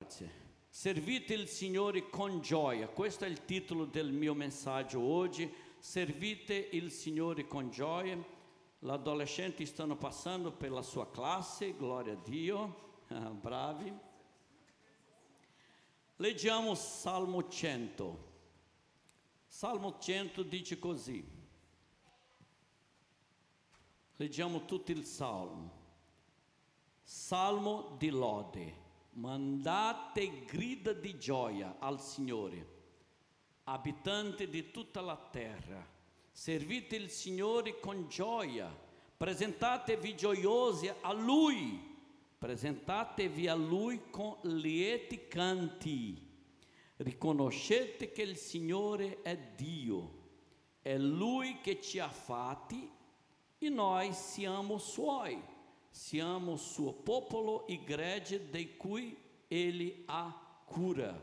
grazie. Servite il Signore con gioia. Questo è il titolo del mio messaggio oggi. Servite il Signore con gioia. Gli adolescenti stanno passando per la sua classe, gloria a Dio, bravi. Leggiamo Salmo 100. Salmo 100 dice così. Leggiamo tutto il Salmo. Salmo di lode. Mandate grida di gioia al Signore, abitanti di tutta la terra. Servite il Signore con gioia, presentatevi gioiosi a Lui, presentatevi a Lui con lieti canti. Riconoscete che il Signore è Dio, è Lui che ci ha fatti e noi siamo Suoi. Siamo suo popolo e gregge di cui Egli ha cura.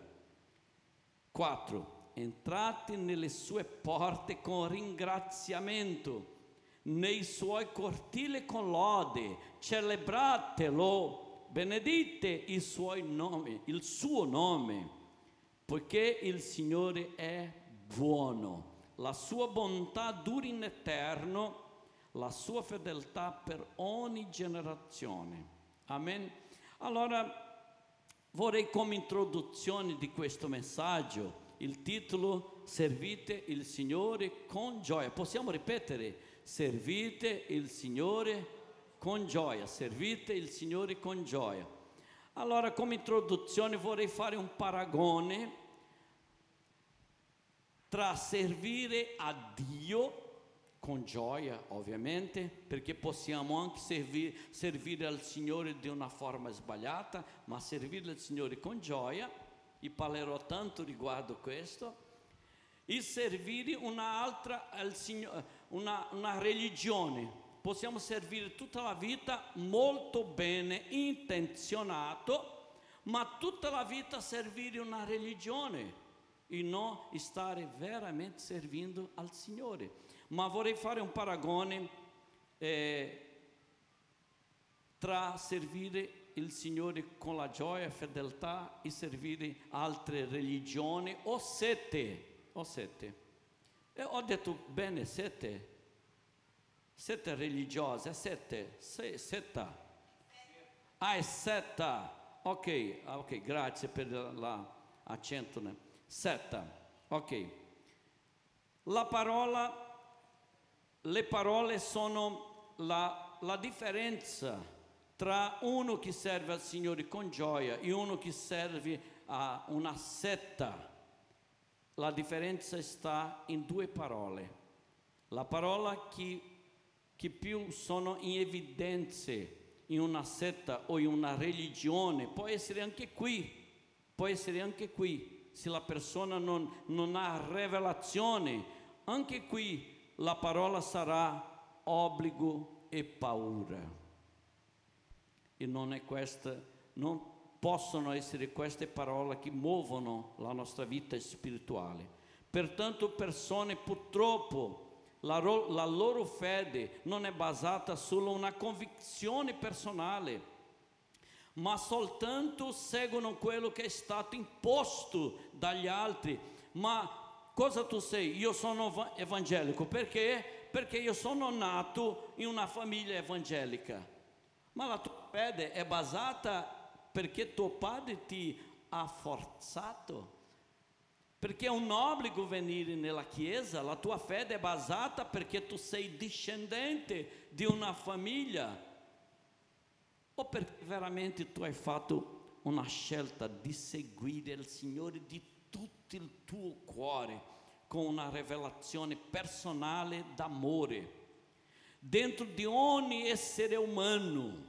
4. Entrate nelle sue porte con ringraziamento, nei suoi cortili con lode, celebratelo, benedite il suo nome, poiché il Signore è buono, la sua bontà dura in eterno, la sua fedeltà per ogni generazione. Amen. Allora, vorrei come introduzione di questo messaggio il titolo Servite il Signore con gioia. Possiamo ripetere? Servite il Signore con gioia. Servite il Signore con gioia. Allora, come introduzione vorrei fare un paragone tra servire a Dio con gioia, ovviamente, perché possiamo anche servire al Signore di una forma sbagliata, ma servire al Signore con gioia, e parlerò tanto riguardo questo, e servire un'altra al Signore, una religione. Possiamo servire tutta la vita molto bene, intenzionato, ma tutta la vita servire una religione e non stare veramente servindo al Signore. Ma vorrei fare un paragone tra servire il Signore con la gioia e fedeltà e servire altre religioni o sette. Ho detto bene sette religiose, setta. È setta. Ok, grazie per l'accento. Setta, ok. Le parole sono la differenza tra uno che serve al Signore con gioia e uno che serve a una setta. La differenza sta in due parole. La parola che più sono in evidenza in una setta o in una religione, può essere anche qui, se la persona non ha rivelazione, anche qui la parola sarà obbligo e paura. E non possono essere queste parole che muovono la nostra vita spirituale. Pertanto persone purtroppo la loro fede non è basata solo una convinzione personale, ma soltanto seguono quello che è stato imposto dagli altri. Ma cosa tu sei? Io sono evangelico. Perché? Perché io sono nato in una famiglia evangelica. Ma la tua fede è basata perché tuo padre ti ha forzato? Perché è un obbligo venire nella chiesa? La tua fede è basata perché tu sei discendente di una famiglia? O perché veramente tu hai fatto una scelta di seguire il Signore di tutto il tuo cuore, con una rivelazione personale d'amore? Dentro di ogni essere umano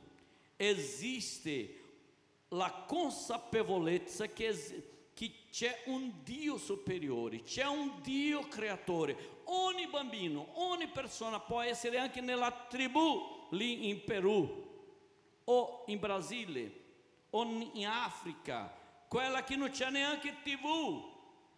esiste la consapevolezza che c'è un Dio superiore, c'è un Dio creatore. Ogni bambino, ogni persona può essere anche nella tribù lì in Perù, o in Brasile, o in Africa, quella che non c'è neanche TV,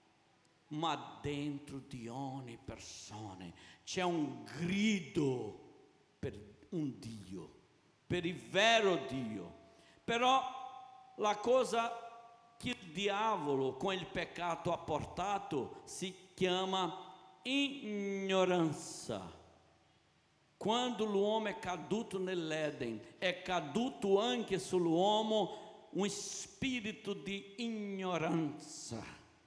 ma dentro di ogni persona c'è un grido per un Dio, per il vero Dio. Però la cosa che il diavolo con il peccato ha portato si chiama ignoranza. Quando l'uomo è caduto nell'Eden, è caduto anche sull'uomo un spirito di ignoranza.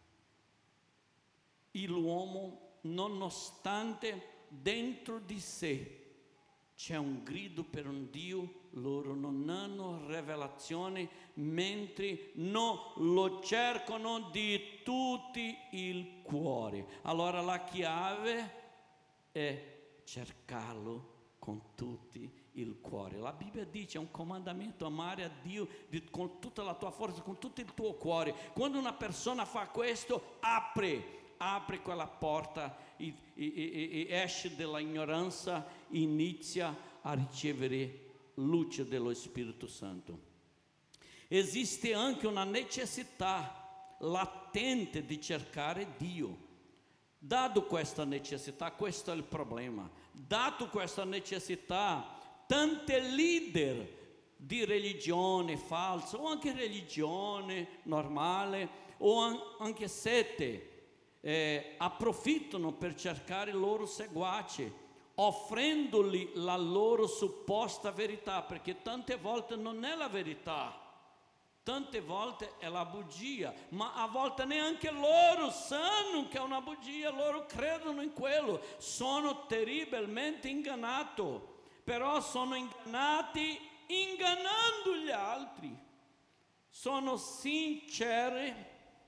E l'uomo, nonostante dentro di sé c'è un grido per un Dio, loro non hanno rivelazione, mentre non lo cercano di tutto il cuore. Allora la chiave è cercarlo con tutto il cuore. La Bibbia dice, è un comandamento, amare a Dio con tutta la tua forza, con tutto il tuo cuore. Quando una persona fa questo, apre quella porta e esce dall'ignoranza, inizia a ricevere luce dello Spirito Santo. Esiste anche una necessità latente di cercare Dio. Dato questa necessità, questo è il problema. Dato questa necessità, tanti leader di religione falsa o anche religione normale o anche sette approfittano per cercare i loro seguaci, offrendogli la loro supposta verità, perché tante volte non è la verità, tante volte è la bugia, ma a volte neanche loro sanno che è una bugia, loro credono in quello, sono terribilmente ingannati, però sono ingannati ingannando gli altri, sono sinceri.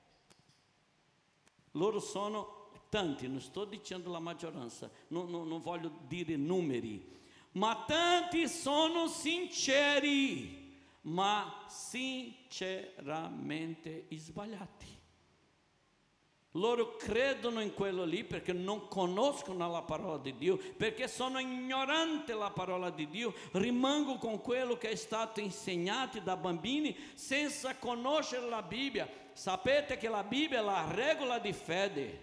Loro sono tanti, non sto dicendo la maggioranza, non voglio dire numeri, ma tanti sono sinceri, ma sinceramente sbagliati. Loro credono in quello lì perché non conoscono la parola di Dio, perché sono ignoranti della parola di Dio, rimangono con quello che è stato insegnato da bambini senza conoscere la Bibbia. Sapete che la Bibbia è la regola di fede,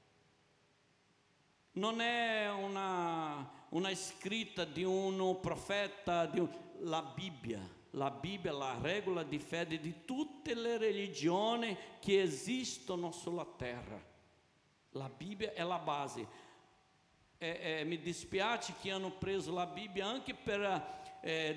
non è una scritta di un profeta, la Bibbia è la regola di fede di tutte le religioni che esistono sulla terra. La Bibbia è la base. Mi dispiace che hanno preso la Bibbia anche per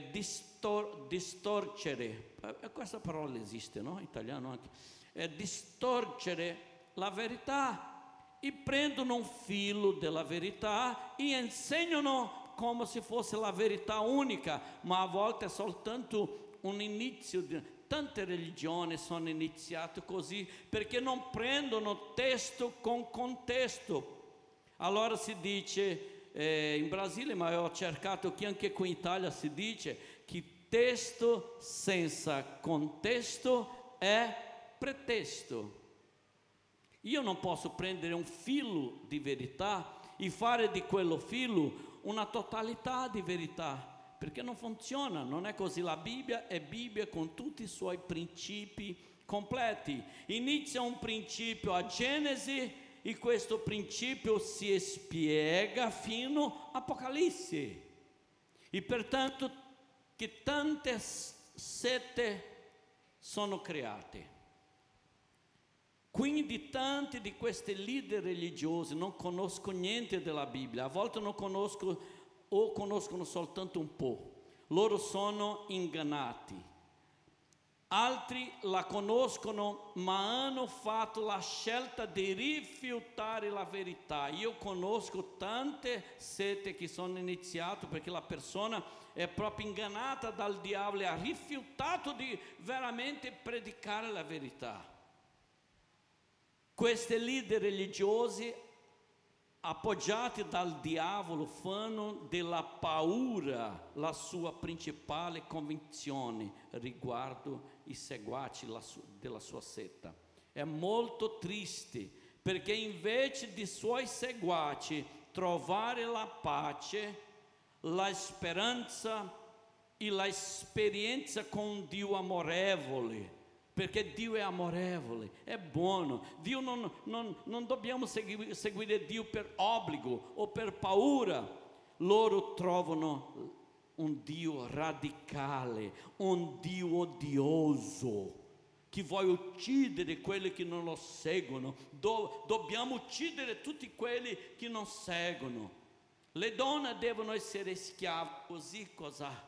distorcere, questa parola esiste, no? In italiano anche. Distorcere la verità e prendono un filo della verità e insegnano come se fosse la verità unica, ma a volte è soltanto un inizio. Tante religioni sono iniziate così perché non prendono testo con contesto. Allora si dice in Brasile, ma ho cercato che anche qui in Italia si dice che testo senza contesto è pretesto. Io non posso prendere un filo di verità e fare di quello filo una totalità di verità, perché non funziona, non è così. La Bibbia è Bibbia con tutti i suoi principi completi. Inizia un principio a Genesi e questo principio si spiega fino a Apocalisse. E pertanto che tante sette sono create. Quindi tanti di questi leader religiosi non conoscono niente della Bibbia, a volte non conoscono o conoscono soltanto un po', loro sono ingannati. Altri la conoscono ma hanno fatto la scelta di rifiutare la verità. Io conosco tante sette che sono iniziate perché la persona è proprio ingannata dal diavolo e ha rifiutato di veramente predicare la verità. Questi leader religiosi appoggiati dal diavolo fanno della paura la sua principale convinzione riguardo i seguaci della sua setta. È molto triste perché invece di suoi seguaci trovare la pace, la speranza e l'esperienza con Dio amorevole, perché Dio è amorevole, è buono. Dio non dobbiamo seguire Dio per obbligo o per paura. Loro trovano un Dio radicale, un Dio odioso, che vuole uccidere quelli che non lo seguono. Dobbiamo uccidere tutti quelli che non seguono. Le donne devono essere schiave, così cosa?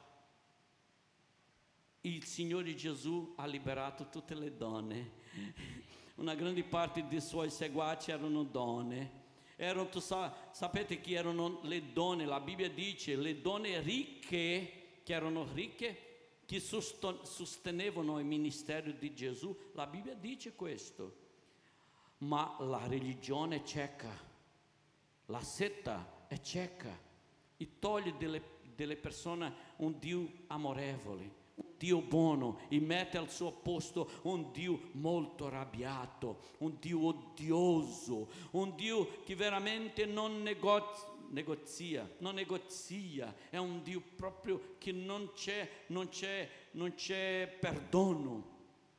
Il Signore Gesù ha liberato tutte le donne. Una grande parte dei suoi seguaci erano donne. Sapete chi erano le donne? La Bibbia dice le donne ricche, che erano ricche, che sostenevano il ministero di Gesù. La Bibbia dice questo. Ma la religione è cieca, la setta è cieca e toglie delle persone un Dio amorevole, un Dio buono, e mette al suo posto un Dio molto arrabbiato, un Dio odioso, un Dio che veramente non negozia, è un Dio proprio che non c'è perdono,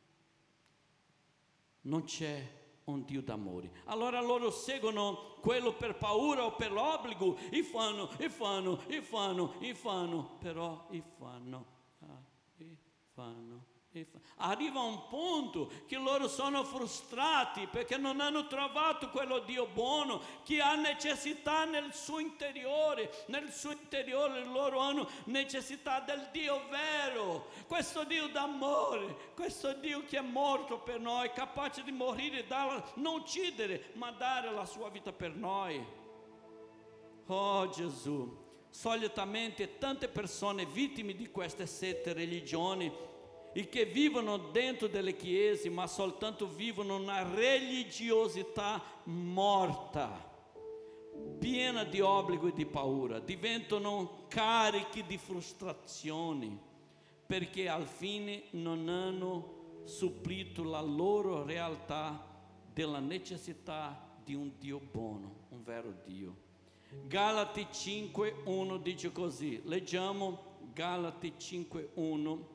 non c'è un Dio d'amore. Allora loro seguono quello per paura o per l'obbligo e fanno, però arriva un punto che loro sono frustrati perché non hanno trovato quello Dio buono che ha necessità nel suo interiore. Nel suo interiore loro hanno necessità del Dio vero, questo Dio d'amore, questo Dio che è morto per noi, capace di morire, non uccidere, ma dare la sua vita per noi. Oh Gesù, solitamente tante persone vittime di queste sette religioni e che vivono dentro delle chiese, ma soltanto vivono una religiosità morta, piena di obbligo e di paura, diventano carichi di frustrazioni, perché al fine non hanno supplito la loro realtà della necessità di un Dio buono, un vero Dio. Galati 5:1 dice così, leggiamo Galati 5:1.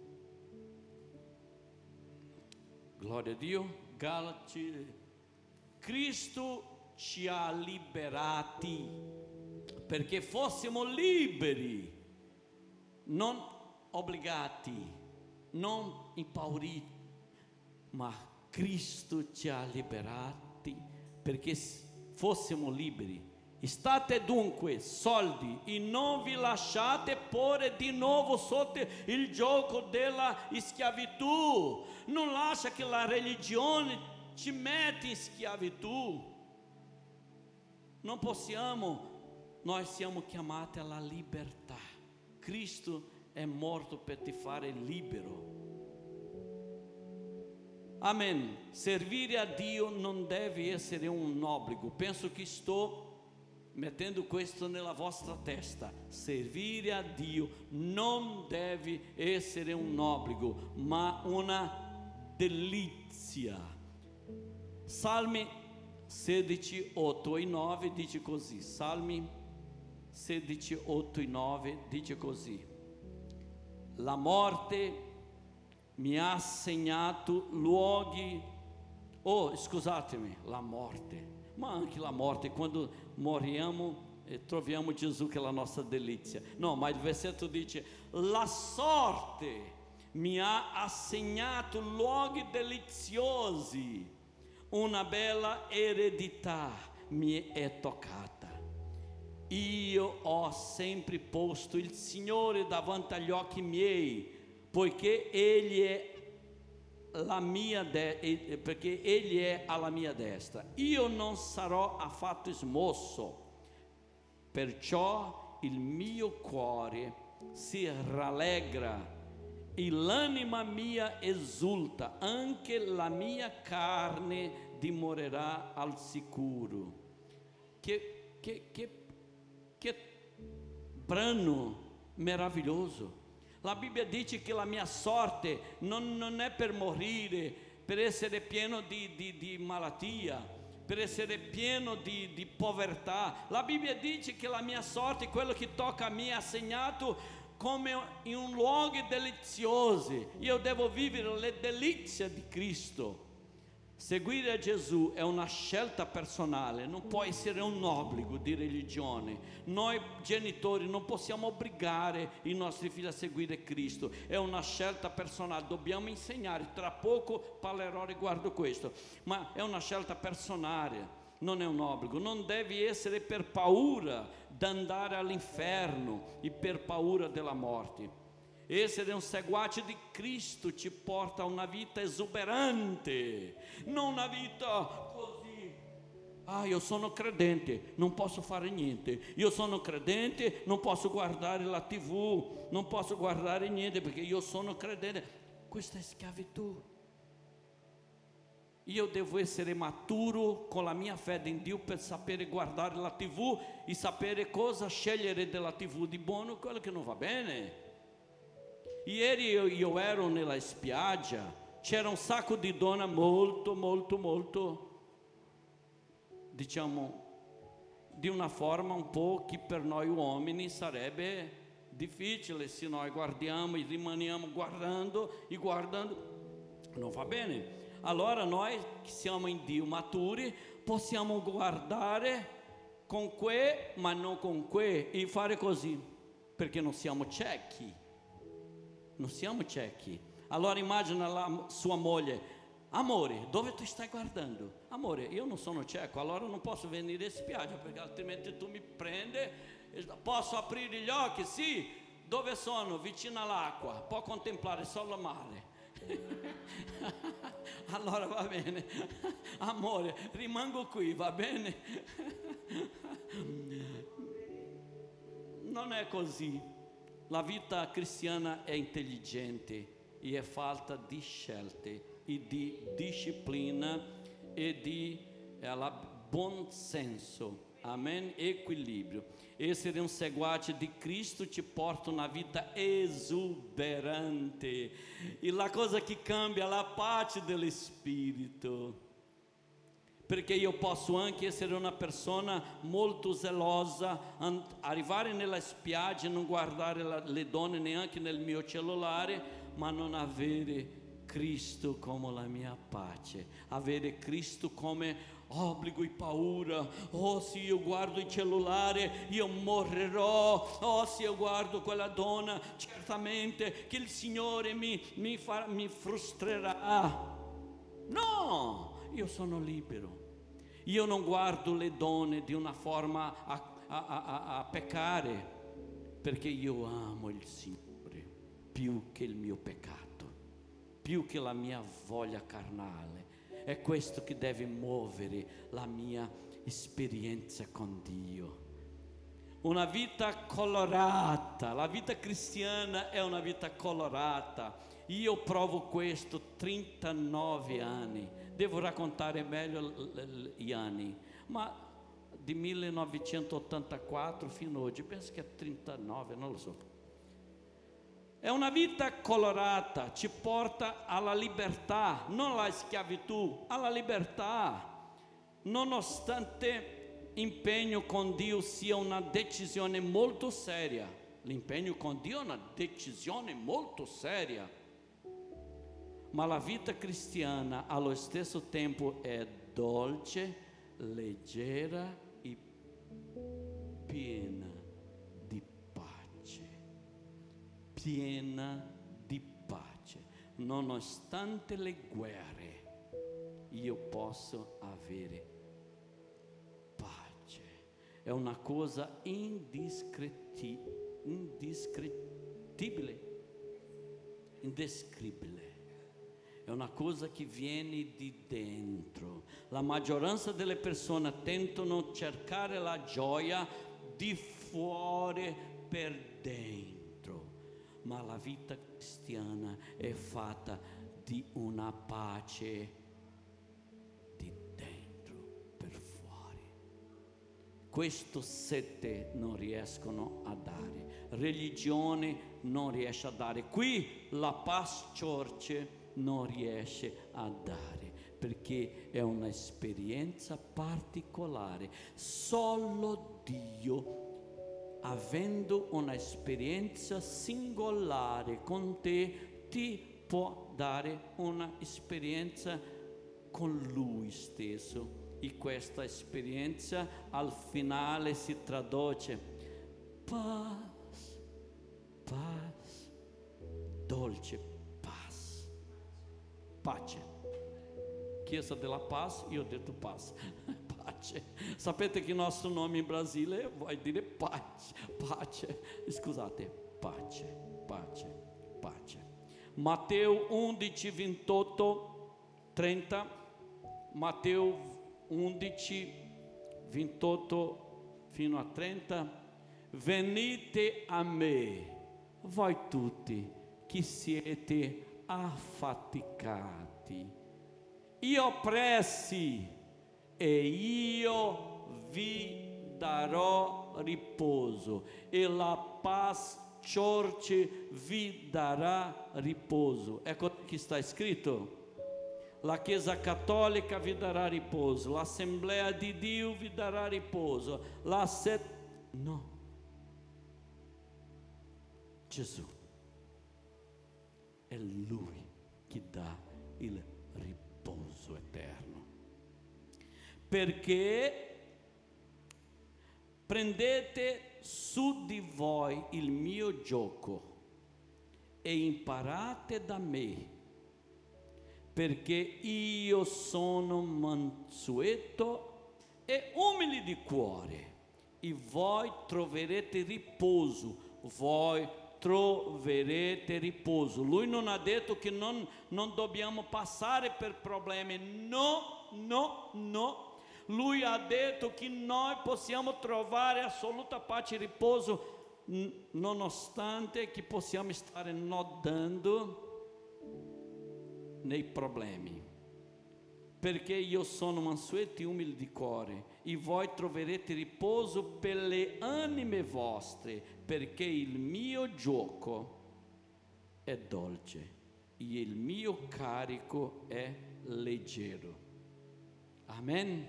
Gloria a Dio. Galati. Cristo ci ha liberati perché fossimo liberi, non obbligati, non impauriti, ma Cristo ci ha liberati perché fossimo liberi. State dunque saldi e non vi lasciate porre di nuovo sotto il gioco della schiavitù. Non lascia che la religione ci metta in schiavitù. Non possiamo, noi siamo chiamati alla libertà. Cristo è morto per ti fare libero. Amen. Servire a Dio non deve essere un obbligo. Penso che sto mettendo questo nella vostra testa. Servire a Dio non deve essere un obbligo, ma una delizia. Salmi 16, 8 e 9 dice così. Salmi 16, 8 e 9 dice così: la morte mi ha segnato luoghi, la morte, ma anche la morte, quando moriamo e troviamo Gesù che è la nostra delizia. No, ma il versetto dice: la sorte mi ha assegnato luoghi deliziosi, una bella eredità mi è toccata. Io ho sempre posto il Signore davanti agli occhi miei, poiché Egli è perché Egli è alla mia destra. Io non sarò affatto smosso. Perciò il mio cuore si rallegra e l'anima mia esulta, anche la mia carne dimorerà al sicuro. Che brano meraviglioso! La Bibbia dice che la mia sorte non è per morire, per essere pieno di malattia, per essere pieno di povertà. La Bibbia dice che la mia sorte, quello che tocca a me, è assegnato come in un luogo delizioso. Io devo vivere le delizie di Cristo. Seguire Gesù è una scelta personale, non può essere un obbligo di religione. Noi genitori non possiamo obbligare i nostri figli a seguire Cristo, è una scelta personale, dobbiamo insegnare, tra poco parlerò riguardo questo, ma è una scelta personale, non è un obbligo. Non devi essere per paura di andare all'inferno e per paura della morte. Essere un seguace di Cristo ci porta a una vita esuberante, non una vita così. Io sono credente, non posso fare niente. Io sono credente, non posso guardare la TV, non posso guardare niente perché io sono credente. Questa è schiavitù. Io devo essere maturo con la mia fede in Dio per sapere guardare la TV e sapere cosa scegliere della TV di buono e quello che non va bene. Ieri io ero nella spiaggia, c'era un sacco di donne molto, diciamo, di una forma un po' che per noi uomini sarebbe difficile, se noi guardiamo e rimaniamo guardando e guardando, non va bene. Allora noi che siamo in Dio maturi possiamo guardare con que, ma non con que, e fare così, perché non siamo ciechi. Non siamo ciechi. Allora immagina la sua moglie: amore, dove tu stai guardando? Amore, io non sono cieco, allora non posso venire in spiaggia perché altrimenti tu mi prendi. Posso aprire gli occhi? Sì. Dove sono? Vicino all'acqua, può contemplare solo il mare. Allora va bene. Amore, rimango qui, va bene? Non è così. La vita cristiana è intelligente e è fatta di scelte e di disciplina e di buon senso, amen, equilibrio. Essere un seguace di Cristo ci porta una vita esuberante e la cosa che cambia è la pace dello Spirito. Perché io posso anche essere una persona molto zelosa, arrivare nella spiaggia e non guardare le donne neanche nel mio cellulare, ma non avere Cristo come la mia pace, avere Cristo come obbligo e paura. Se io guardo il cellulare io morirò, se io guardo quella donna certamente che il Signore mi frustrerà. No, io sono libero. Io non guardo le donne di una forma a peccare, perché io amo il Signore più che il mio peccato, più che la mia voglia carnale. È questo che deve muovere la mia esperienza con Dio. Una vita colorata, la vita cristiana è una vita colorata. Io provo questo 39 anni. Devo raccontare meglio gli anni, ma di 1984 fino ad oggi, penso che è 39, non lo so. È una vita colorata, ci porta alla libertà, non alla schiavitù, alla libertà. Nonostante l'impegno con Dio sia una decisione molto seria, l'impegno con Dio è una decisione molto seria. Ma la vita cristiana allo stesso tempo è dolce, leggera e piena di pace. Piena di pace. Nonostante le guerre, io posso avere pace. È una cosa indescrivibile. È una cosa che viene di dentro. La maggioranza delle persone tentano cercare la gioia di fuori per dentro, ma la vita cristiana è fatta di una pace di dentro per fuori. Questo 7 non riescono a dare, religione non riesce a dare. Qui la Paz Church non riesce a dare, perché è un'esperienza particolare. Solo Dio, avendo un'esperienza singolare con te, ti può dare un'esperienza con Lui stesso. E questa esperienza al finale si traduce pace, dolce pace, pace. Chiesa della Paz, io ho detto paz, pace. Sapete che il nostro nome in Brasile vuol dire pace, scusate, pace. Matteo 11, 28, 30, Matteo 11, 28 fino a 30, venite a me, voi tutti che siete affaticati e oppressi, e io vi darò riposo, e la paz Church vi darà riposo. Ecco che sta scritto. La Chiesa Cattolica vi darà riposo, l'Assemblea di Dio vi darà riposo, no, Gesù è Lui che dà il riposo eterno, perché prendete su di voi il mio gioco e imparate da me, perché io sono mansueto e umile di cuore, e voi troverete riposo. Lui non ha detto che non dobbiamo passare per problemi, no. Lui ha detto che noi possiamo trovare assoluta pace e riposo, nonostante che possiamo stare nodando nei problemi, perché io sono mansueto e umile di cuore, e voi troverete riposo per le anime vostre, perché il mio gioco è dolce e il mio carico è leggero. Amen.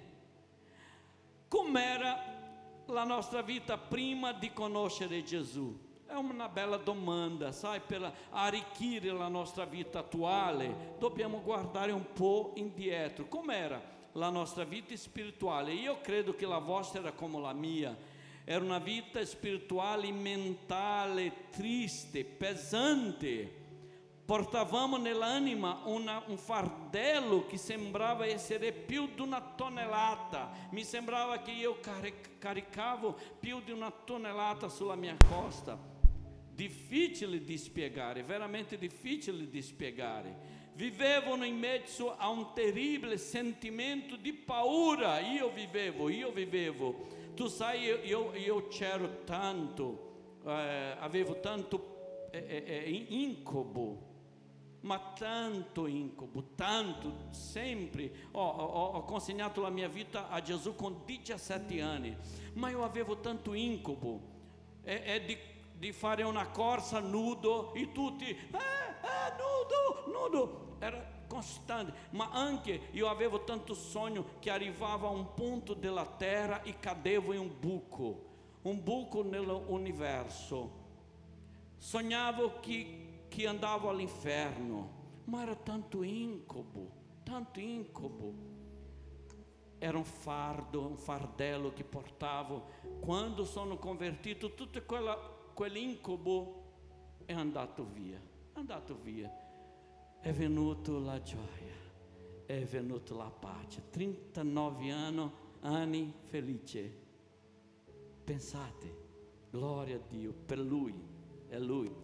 Com'era la nostra vita prima di conoscere Gesù? È una bella domanda, sai, per arricchire la nostra vita attuale dobbiamo guardare un po' indietro. Com'era la nostra vita spirituale? Io credo che la vostra era come la mia, era una vita spirituale mentale, triste, pesante. Portavamo nell'anima un fardello che sembrava essere più di una tonnellata. Mi sembrava che io caricavo più di una tonnellata sulla mia costa. Difficile di spiegare, veramente difficile di spiegare. Vivevano in mezzo a un terribile sentimento di paura. Io vivevo. Tu sai, io c'ero tanto, avevo tanto incubo. Ma tanto incubo, tanto, sempre. Ho consegnato la mia vita a Gesù con 17 anni, ma io avevo tanto incubo, di fare una corsa nudo, e tutti, nudo, era costante. Ma anche io avevo tanto sogno che arrivavo a un punto della terra e cadevo in un buco nell'universo. Sognavo che andavo all'inferno, ma era tanto incubo. Era un fardello che portavo. Quando sono convertito, tutto quell'incubo è andato via. È venuta la gioia, è venuta la pace. 39 anni felice. Pensate, gloria a Dio, per Lui, è Lui.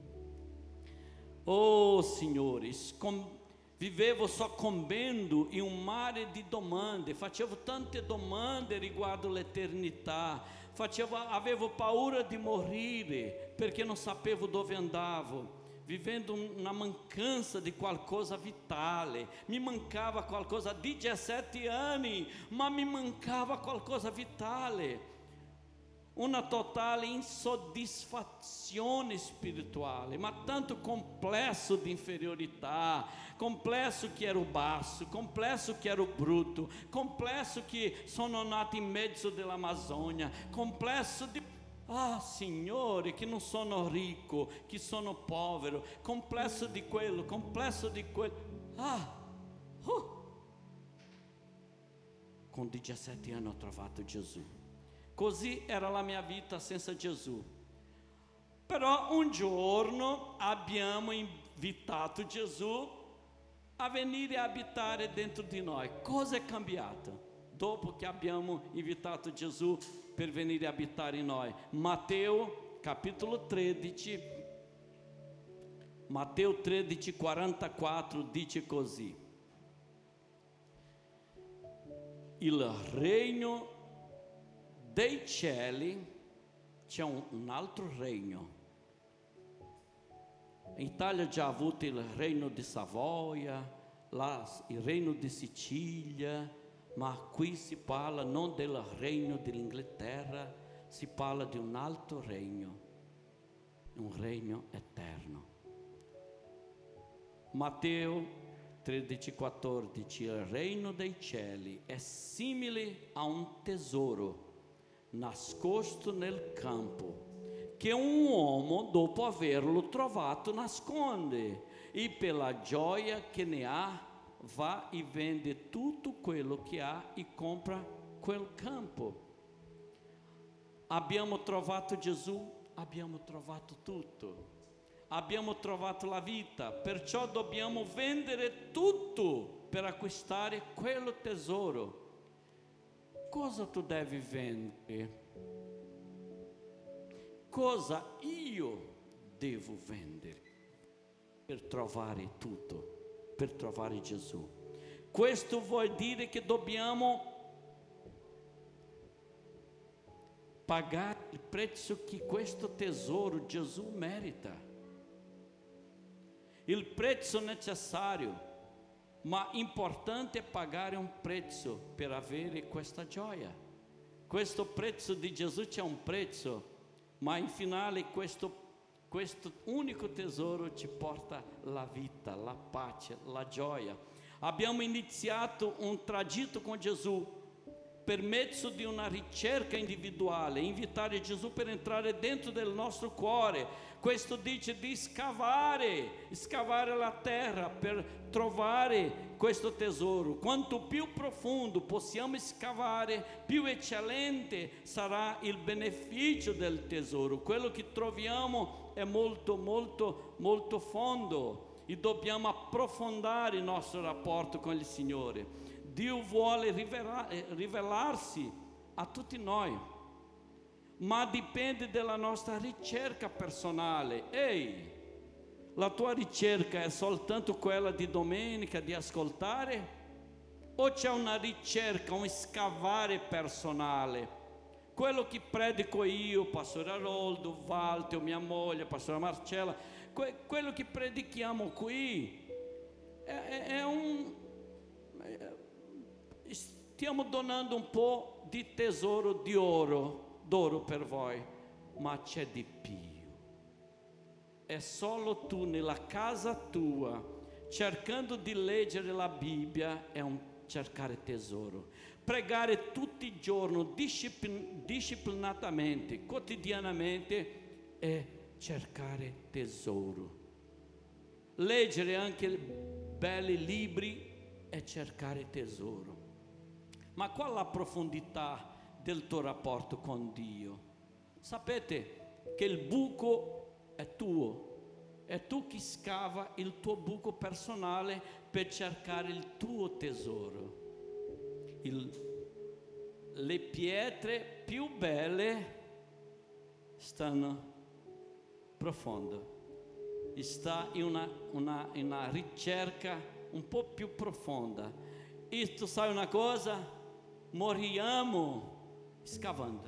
Oh Signore, vivevo soccombendo in un mare di domande, facevo tante domande riguardo l'eternità, avevo paura di morire perché non sapevo dove andavo, vivendo una mancanza di qualcosa vitale. Mi mancava qualcosa, 17 anni, ma mi mancava qualcosa vitale. Una totale insoddisfazione spirituale, ma tanto complesso di inferiorità, complesso che ero basso, complesso che ero brutto, complesso che sono nato in mezzo dell'Amazzonia, complesso di... Signore, che non sono ricco, che sono povero, complesso di quello, complesso di quello. con 17 anni ho trovato Gesù. Così era la mia vita senza Gesù. Però un giorno abbiamo invitato Gesù a venire a abitare dentro di noi. Cosa è cambiato dopo che abbiamo invitato Gesù per venire a abitare in noi? Matteo capitolo 13, Matteo 13, 44 dice così: il regno dei cieli, c'è un altro regno. In Italia già avuto il regno di Savoia, il regno di Sicilia, ma qui si parla non del regno dell'Inghilterra, si parla di un altro regno, un regno eterno. Matteo 13,14: il regno dei cieli è simile a un tesoro nascosto nel campo, che un uomo dopo averlo trovato nasconde, e per la gioia che ne ha va e vende tutto quello che ha e compra quel campo. Abbiamo trovato Gesù, abbiamo trovato tutto. Abbiamo trovato la vita, perciò dobbiamo vendere tutto per acquistare quello tesoro. Cosa tu devi vendere? Cosa io devo vendere per trovare tutto, per trovare Gesù? Questo vuol dire che dobbiamo pagare il prezzo che questo tesoro Gesù merita. Il prezzo necessario, ma importante è pagare un prezzo per avere questa gioia. Questo prezzo di Gesù c'è un prezzo, ma in finale questo unico tesoro ci porta la vita, la pace, la gioia. Abbiamo iniziato un tragitto con Gesù per mezzo di una ricerca individuale, invitare Gesù per entrare dentro del nostro cuore. Questo dice di scavare la terra per trovare questo tesoro. Quanto più profondo possiamo scavare, più eccellente sarà il beneficio del tesoro. Quello che troviamo è molto, molto, molto fondo e dobbiamo approfondire il nostro rapporto con il Signore. Dio vuole rivelarsi a tutti noi, ma dipende dalla nostra ricerca personale. Ehi, la tua ricerca è soltanto quella di domenica, di ascoltare? O c'è una ricerca, un scavare personale? Quello che predico io, Pastore Aroldo, Walter, mia moglie, Pastore Marcella, quello che predichiamo qui stiamo donando un po' di tesoro d'oro per voi, ma c'è di più. È solo tu nella casa tua, cercando di leggere la Bibbia, è un cercare tesoro. Pregare tutti i giorni, disciplinatamente, quotidianamente, è cercare tesoro. Leggere anche belli libri è cercare tesoro. Ma qual è la profondità del tuo rapporto con Dio? Sapete che il buco è tuo, è tu che scava il tuo buco personale per cercare il tuo tesoro. Le pietre più belle stanno profondo, sta in una ricerca un po' più profonda. E tu sai una cosa? Moriamo scavando.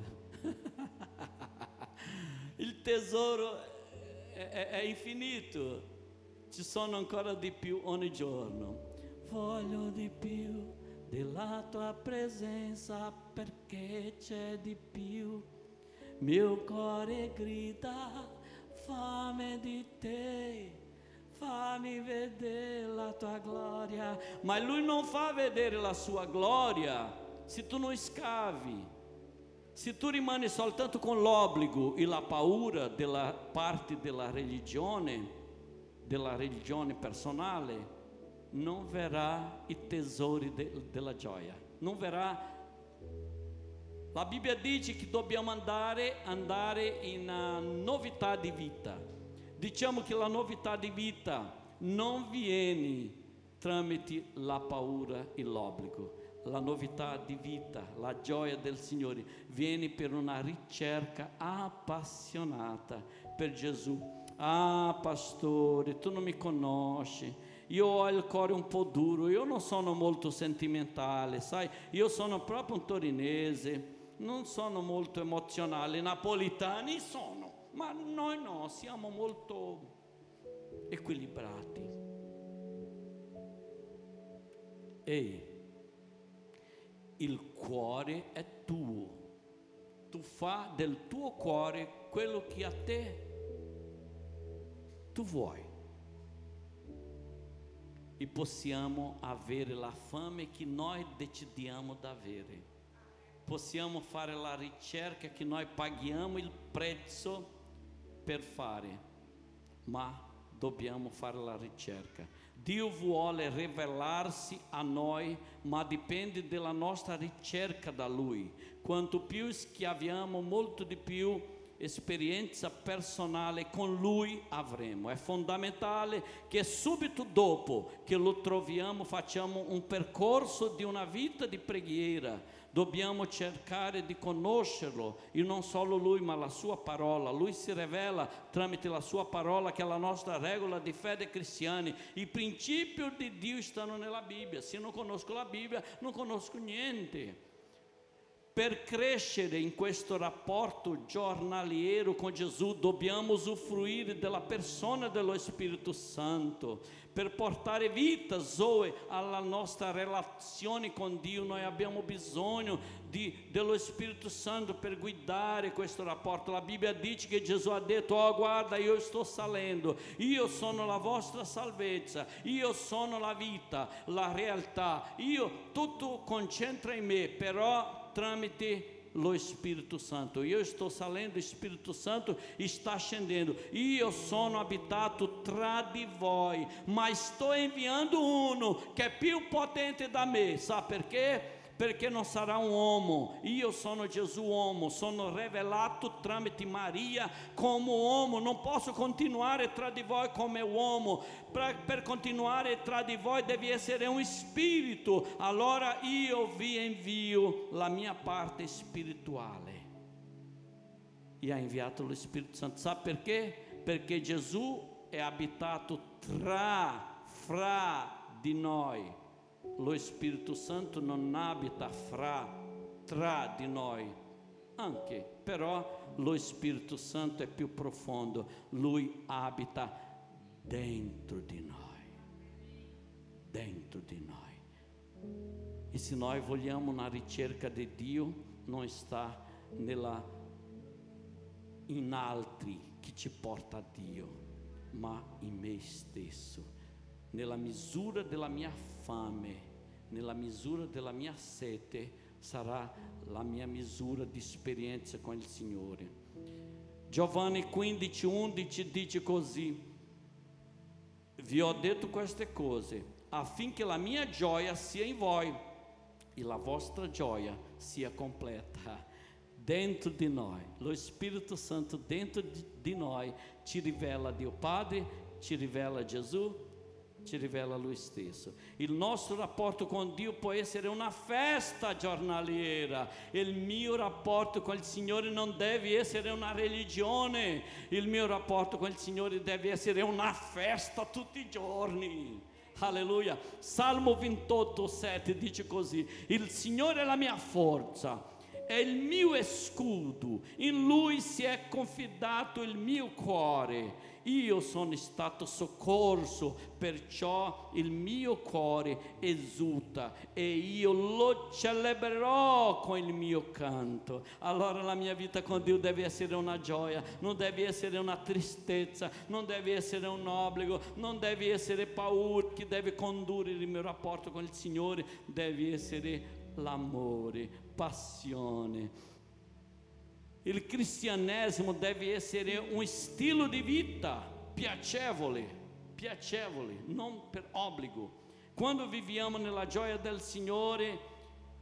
Il tesoro è infinito, ci sono ancora di più ogni giorno. Voglio di più della tua presenza, perché c'è di più. Mio cuore grida fame di te, fammi vedere la tua gloria. Ma Lui non fa vedere la sua gloria se tu non scavi, se tu rimani soltanto con l'obbligo e la paura della parte della religione personale. Non verrà i tesori della gioia, non verrà La Bibbia dice che dobbiamo andare in novità di vita. Diciamo che la novità di vita non viene tramite la paura e l'obbligo. La novità di vita, la gioia del Signore viene per una ricerca appassionata per Gesù. Ah, pastore, tu non mi conosci, io ho il cuore un po' duro, io non sono molto sentimentale, sai, io sono proprio un torinese, non sono molto emozionale. I napoletani sono, ma noi no, siamo molto equilibrati. Ehi, il cuore è tuo, tu fa del tuo cuore quello che a te tu vuoi, e possiamo avere la fame che noi decidiamo di avere, possiamo fare la ricerca che noi paghiamo il prezzo per fare, ma dobbiamo fare la ricerca. Dio vuole rivelarsi a noi, ma dipende dalla nostra ricerca da Lui. Quanto più schiaviamo, molto di più esperienza personale con Lui avremo. È fondamentale che subito dopo che lo troviamo facciamo un percorso di una vita di preghiera. Dobbiamo cercare di conoscerlo, e non solo Lui ma la Sua parola. Lui si rivela tramite la Sua parola, che è la nostra regola di fede cristiana. I principi di Dio stanno nella Bibbia. Se non conosco la Bibbia non conosco niente. Per crescere in questo rapporto giornaliero con Gesù dobbiamo usufruire della persona dello Spirito Santo. Per portare vita, Zoe, alla nostra relazione con Dio, noi abbiamo bisogno dello Spirito Santo per guidare questo rapporto. La Bibbia dice che Gesù ha detto: oh, guarda, io sto salendo, io sono la vostra salvezza, io sono la vita, la realtà, tutto concentra in me, però tramite lo Spirito Santo. Io sto salendo, lo Spirito Santo sta scendendo. Io sono abitato tra di voi, ma sto inviando uno che è più potente da me. Sa perché? Perché non sarà un uomo. Io sono Gesù uomo, sono rivelato tramite Maria come uomo. Non posso continuare tra di voi come uomo. Per continuare tra di voi deve essere un spirito. Allora io vi invio la mia parte spirituale. E ha inviato lo Spirito Santo. Sa perché? Perché Gesù è abitato fra di noi. Lo Spirito Santo non abita tra di noi, anche, però lo Spirito Santo è più profondo, Lui abita dentro di noi, e se noi vogliamo una ricerca di Dio, non sta in altri che ci porta a Dio, ma in me stesso. Nella misura della mia fame, nella misura della mia sete, sarà la mia misura di esperienza con il Signore. Giovanni 15:11 dice così: vi ho detto queste cose affinché la mia gioia sia in voi e la vostra gioia sia completa. Dentro di noi, lo Spirito Santo dentro di noi ci rivela Dio Padre, ci rivela Gesù, ci rivela Lui stesso. Il nostro rapporto con Dio può essere una festa giornaliera. Il mio rapporto con il Signore non deve essere una religione. Il mio rapporto con il Signore deve essere una festa tutti i giorni. Alleluia. Salmo 28:7 dice così: il Signore è la mia forza, è il mio scudo, in Lui si è confidato il mio cuore. Io sono stato soccorso, perciò il mio cuore esulta e io lo celebrerò con il mio canto. Allora la mia vita con Dio deve essere una gioia, non deve essere una tristezza, non deve essere un obbligo, non deve essere paura che deve condurre il mio rapporto con il Signore, deve essere l'amore, passione. Il cristianesimo deve essere un stile di vita piacevole, non per obbligo. Quando viviamo nella gioia del Signore,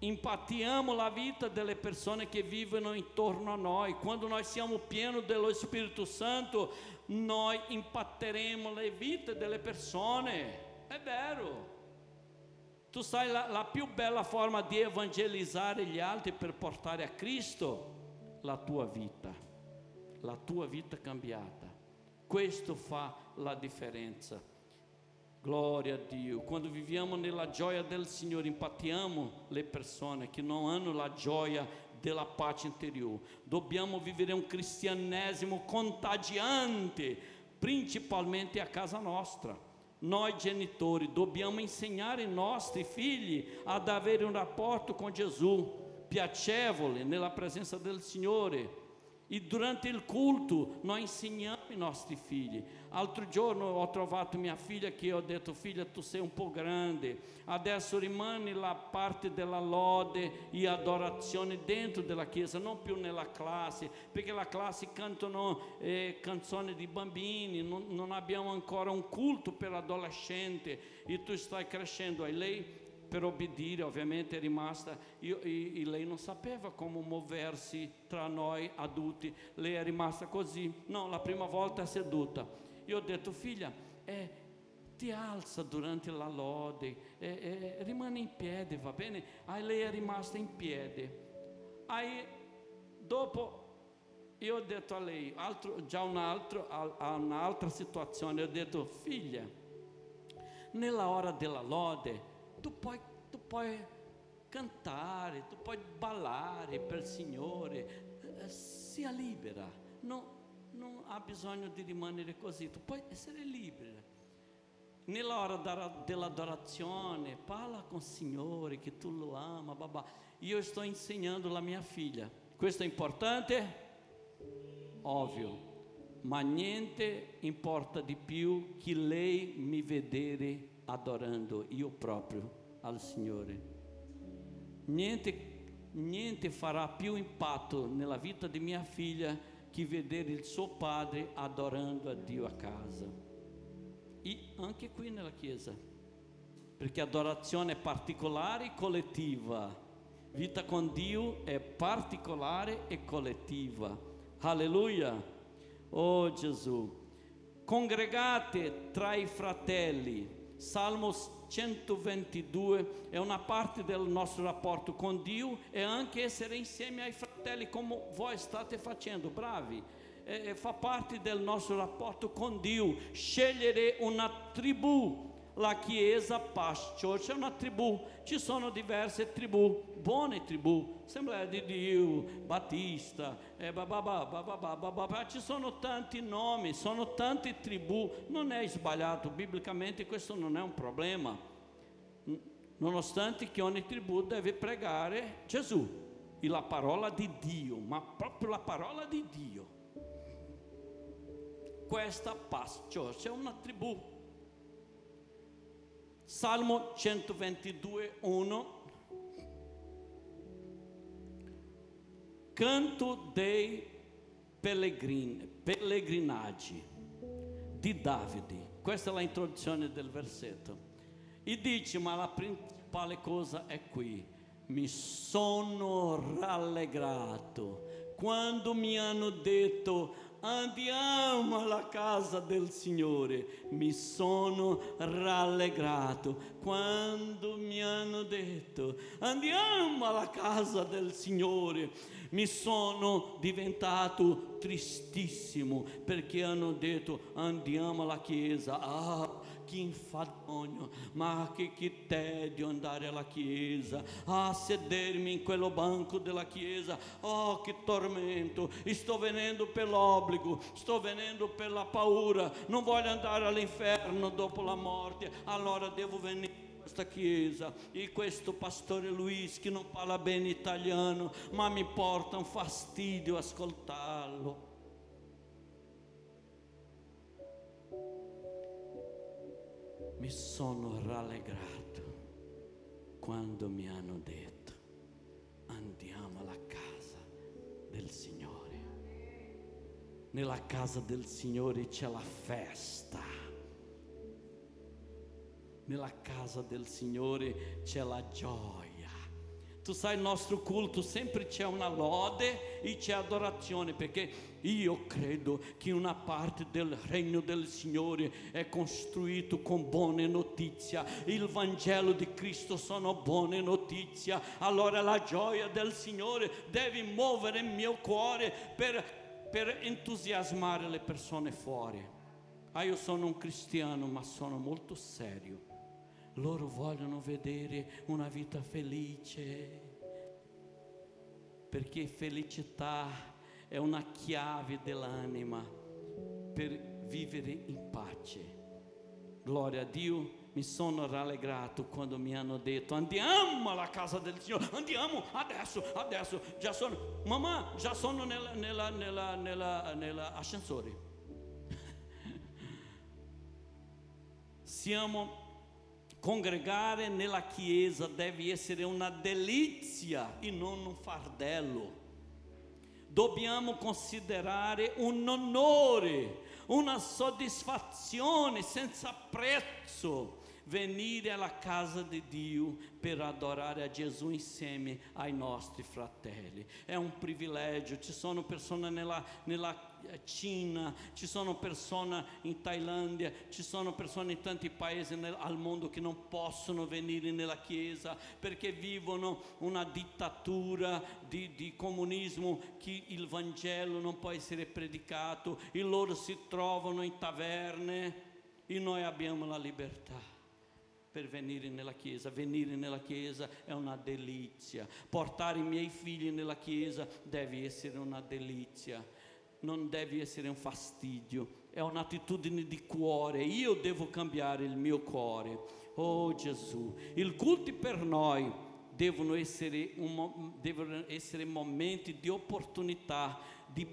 impattiamo la vita delle persone che vivono intorno a noi. Quando noi siamo pieni dello Spirito Santo, noi impatteremo le vite delle persone. È vero. Tu sai, la più bella forma di evangelizzare gli altri per portare a Cristo, la tua vita cambiata. Questo fa la differenza. Gloria a Dio. Quando viviamo nella gioia del Signore, impattiamo le persone che non hanno la gioia della pace interiore. Dobbiamo vivere un cristianesimo contagiante, principalmente a casa nostra. Noi genitori dobbiamo insegnare i nostri figli ad avere un rapporto con Gesù, piacevole nella presenza del Signore. E durante il culto noi insegniamo i nostri figli. Altro giorno ho trovato mia figlia che ho detto: figlia, tu sei un po' grande, adesso rimani la parte della lode e adorazione dentro della chiesa, non più nella classe, perché la classe cantano canzoni di bambini, non abbiamo ancora un culto per adolescente e tu stai crescendo. E lei, per obbedire, ovviamente è rimasta, e lei non sapeva come muoversi tra noi adulti, lei è rimasta così, no, la prima volta seduta. Io ho detto: figlia, ti alza durante la lode, rimane in piedi, va bene? Lei è rimasta in piedi. Dopo io ho detto a lei, un'altra situazione, ho detto: figlia, nella ora della lode tu puoi cantare, tu puoi ballare per il Signore, sia libera, non ha bisogno di rimanere così, tu puoi essere libera. Nella ora dell'adorazione parla con il Signore che tu lo ama, babà. Io sto insegnando la mia figlia. Questo è importante? Ovvio, ma niente importa di più che lei mi vedere adorando io proprio al Signore. Niente farà più impatto nella vita di mia figlia che vedere il suo padre adorando a Dio a casa e anche qui nella chiesa, perché adorazione è particolare e collettiva, vita con Dio è particolare e collettiva. Alleluia. Oh Gesù. Congregate tra i fratelli. Salmo 122 è una parte del nostro rapporto con Dio e anche essere insieme ai fratelli come voi state facendo, bravi. Fa parte del nostro rapporto con Dio. Scegliere una tribù. La Chiesa Past Church è una tribù, ci sono diverse tribù, buone tribù, Assemblea di Dio, Battista, ci sono tanti nomi, sono tante tribù, non è sbagliato, biblicamente questo non è un problema, nonostante che ogni tribù deve pregare Gesù e la parola di Dio, ma proprio la parola di Dio. Questa Past Church è una tribù. Salmo 122:1. Canto dei pellegrinaggi di Davide. Questa è l'introduzione del versetto. E dice: ma la principale cosa è qui: mi sono rallegrato quando mi hanno detto andiamo alla casa del Signore. Mi sono rallegrato quando mi hanno detto andiamo alla casa del Signore. Mi sono diventato tristissimo perché hanno detto andiamo alla chiesa. Che infadonio, ma che tedio andare alla chiesa, sedermi in quello banco della chiesa, che tormento, e sto venendo per l'obbligo, sto venendo per la paura, non voglio andare all'inferno dopo la morte, allora devo venire in questa chiesa. E questo pastore Luis che non parla bene italiano, ma mi porta un fastidio ascoltarlo. Mi sono rallegrato quando mi hanno detto andiamo alla casa del Signore. Nella casa del Signore c'è la festa. Nella casa del Signore c'è la gioia. Tu sai, il nostro culto sempre c'è una lode e c'è adorazione, perché io credo che una parte del regno del Signore è costruito con buone notizie. Il Vangelo di Cristo sono buone notizie. Allora la gioia del Signore deve muovere il mio cuore per entusiasmare le persone fuori. Io sono un cristiano, ma sono molto serio. Loro vogliono vedere una vita felice, perché felicità è una chiave dell'anima per vivere in pace. Gloria a Dio, mi sono rallegrato quando mi hanno detto: andiamo alla casa del Signore, andiamo adesso, già sono, mamma, già sono nell'ascensore. Congregare nella chiesa deve essere una delizia e non un fardello. Dobbiamo considerare un onore, una soddisfazione senza prezzo venire alla casa di Dio per adorare a Gesù insieme ai nostri fratelli. È un privilegio. Ci sono persone nella Cina, ci sono persone in Thailandia, ci sono persone in tanti paesi al mondo che non possono venire nella chiesa perché vivono una dittatura di comunismo, che il Vangelo non può essere predicato e loro si trovano in taverne, e noi abbiamo la libertà per venire nella chiesa. Venire nella chiesa è una delizia. Portare i miei figli nella chiesa deve essere una delizia, non deve essere un fastidio, è un'attitudine di cuore. Io devo cambiare il mio cuore. Oh Gesù, i culti per noi devono essere momenti di opportunità di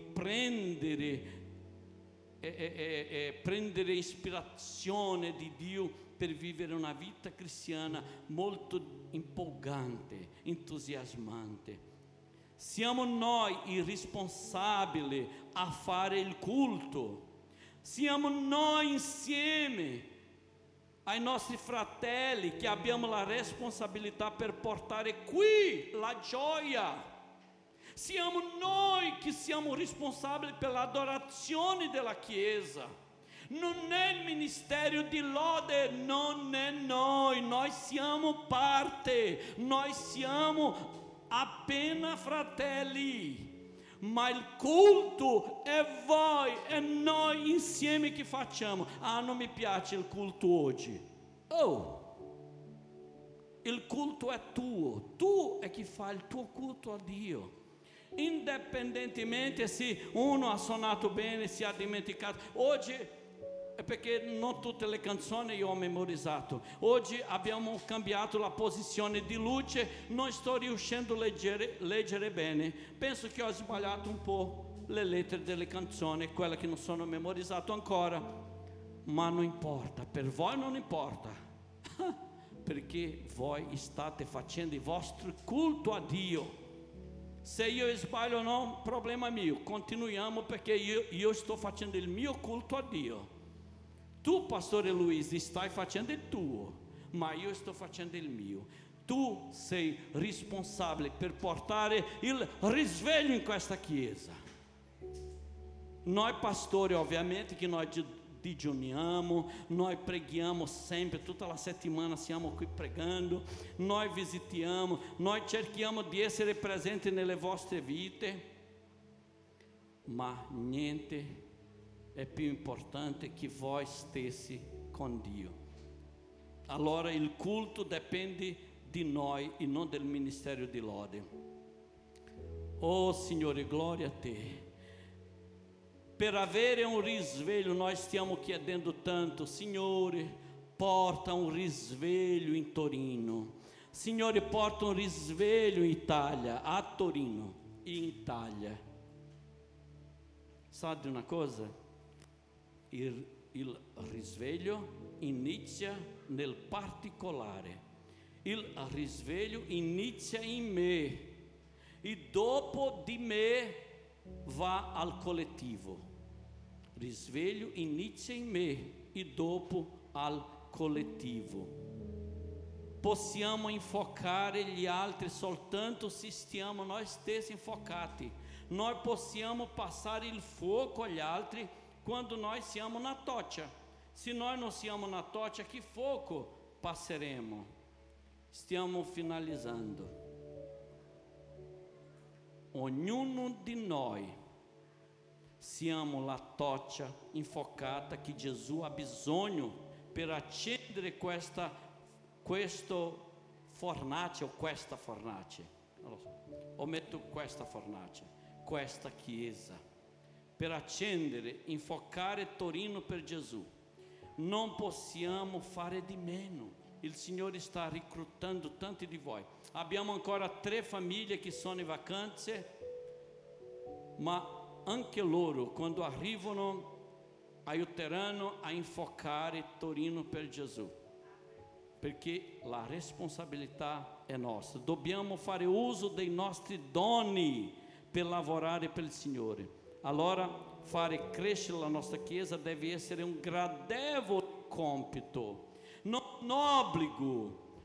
prendere ispirazione di Dio per vivere una vita cristiana molto empolgante, entusiasmante. Siamo noi i responsabili a fare il culto. Siamo noi insieme ai nostri fratelli che abbiamo la responsabilità per portare qui la gioia. Siamo noi che siamo responsabili per l'adorazione della Chiesa. Non è il ministero di lode, non è noi siamo parte, noi siamo appena fratelli, ma il culto è voi e noi insieme che facciamo. Non mi piace il culto oggi. Il culto è tuo, tu è che fai il tuo culto a Dio. Indipendentemente se uno ha suonato bene, si è dimenticato. Oggi è perché non tutte le canzoni io ho memorizzato. Oggi abbiamo cambiato la posizione di luce, non sto riuscendo a leggere bene. Penso che ho sbagliato un po' le lettere delle canzoni, quelle che non sono memorizzato ancora, ma non importa, per voi non importa, perché voi state facendo il vostro culto a Dio. Se io sbaglio o no, problema mio, continuiamo, perché io sto facendo il mio culto a Dio. Tu, pastore Luiz, stai facendo il tuo, ma io sto facendo il mio. Tu sei responsabile per portare il risveglio in questa chiesa. Noi pastori, ovviamente, che noi digiuniamo, noi preghiamo sempre, tutta la settimana siamo qui pregando, noi visitiamo, noi cerchiamo di essere presenti nelle vostre vite, ma niente è più importante che voi stessi con Dio. Allora il culto dipende di noi e non del ministero di lode. Oh Signore, gloria a Te. Per avere un risveglio noi stiamo chiedendo tanto. Signore, porta un risveglio in Torino. Signore, porta un risveglio in Italia, a Torino e in Italia. Sa di una cosa? Il risveglio inizia nel particolare. Il risveglio inizia in me e dopo di me va al collettivo. Risveglio inizia in me e dopo al collettivo. possiamo infocare gli altri soltanto se stiamo noi stessi infocati. Noi possiamo passare il fuoco agli altri quando noi siamo na tocha. Se noi non siamo na tocha, che fuoco passeremo? Stiamo finalizzando. Ognuno di noi siamo la tocha infocata che Gesù ha bisogno per accendere questo fornace o questa fornace. Non lo so. O metto questa fornace, questa chiesa, per accendere, infoccare Torino per Gesù. Non possiamo fare di meno. Il Signore sta reclutando tanti di voi. Abbiamo ancora 3 famiglie che sono in vacanze, ma anche loro, quando arrivano, aiuteranno a infoccare Torino per Gesù, perché la responsabilità è nostra. Dobbiamo fare uso dei nostri doni per lavorare per il Signore. Allora, fare crescere la nostra Chiesa deve essere un gradevole compito, non un obbligo.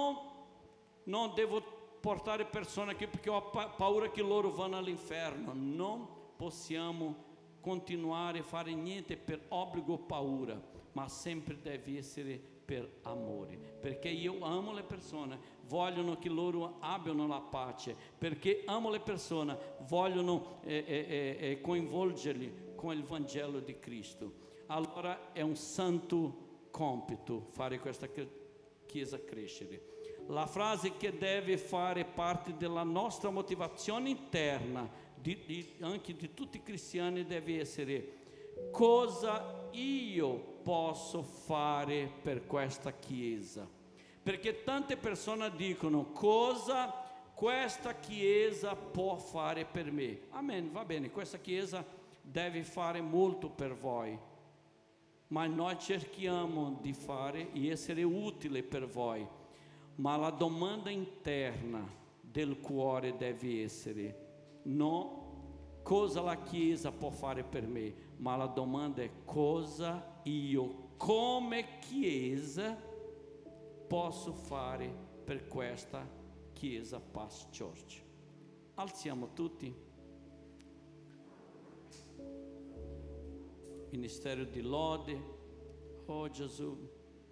Non devo portare persone qui perché ho paura che loro vanno all'inferno. Non possiamo continuare a fare niente per obbligo o paura, ma sempre deve essere per amore, perché io amo le persone, vogliono che loro abbiano la pace, perché amo le persone, vogliono coinvolgerli con il Vangelo di Cristo. Allora è un santo compito fare questa Chiesa crescere. La frase che deve fare parte della nostra motivazione interna, anche di tutti i cristiani, deve essere: cosa io posso fare per questa Chiesa? Perché tante persone dicono: cosa questa Chiesa può fare per me? Amen, va bene, questa Chiesa deve fare molto per voi, ma noi cerchiamo di fare e essere utile per voi. Ma la domanda interna del cuore deve essere non cosa la Chiesa può fare per me, ma la domanda è: cosa io come Chiesa posso fare per questa Chiesa Paz Church. Alziamo tutti. Ministero di lode. Oh Gesù,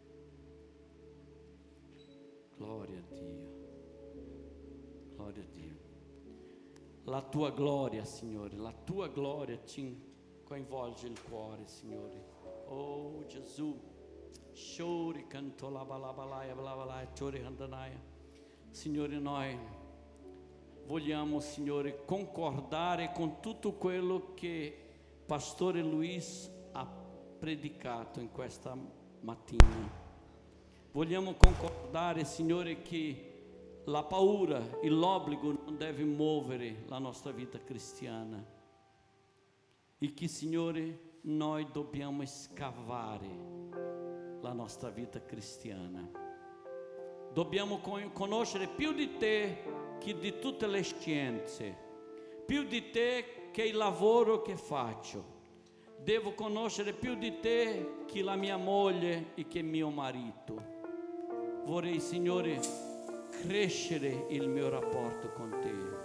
gloria a Dio, gloria a Dio. La tua gloria, Signore, la tua gloria ci coinvolge il cuore, Signore. Oh Gesù, Shori canto la balabalaya, balabalaya, Shori handanaya. Signore, noi vogliamo, Signore, concordare con tutto quello che Pastore Luis ha predicato in questa mattina. Vogliamo concordare, Signore, che la paura e l'obbligo non deve muovere la nostra vita cristiana e che, Signore, noi dobbiamo scavare la nostra vita cristiana. Dobbiamo conoscere più di te che di tutte le scienze, più di te che il lavoro che faccio. Devo conoscere più di te che la mia moglie e che mio marito. Vorrei, Signore, crescere il mio rapporto con te.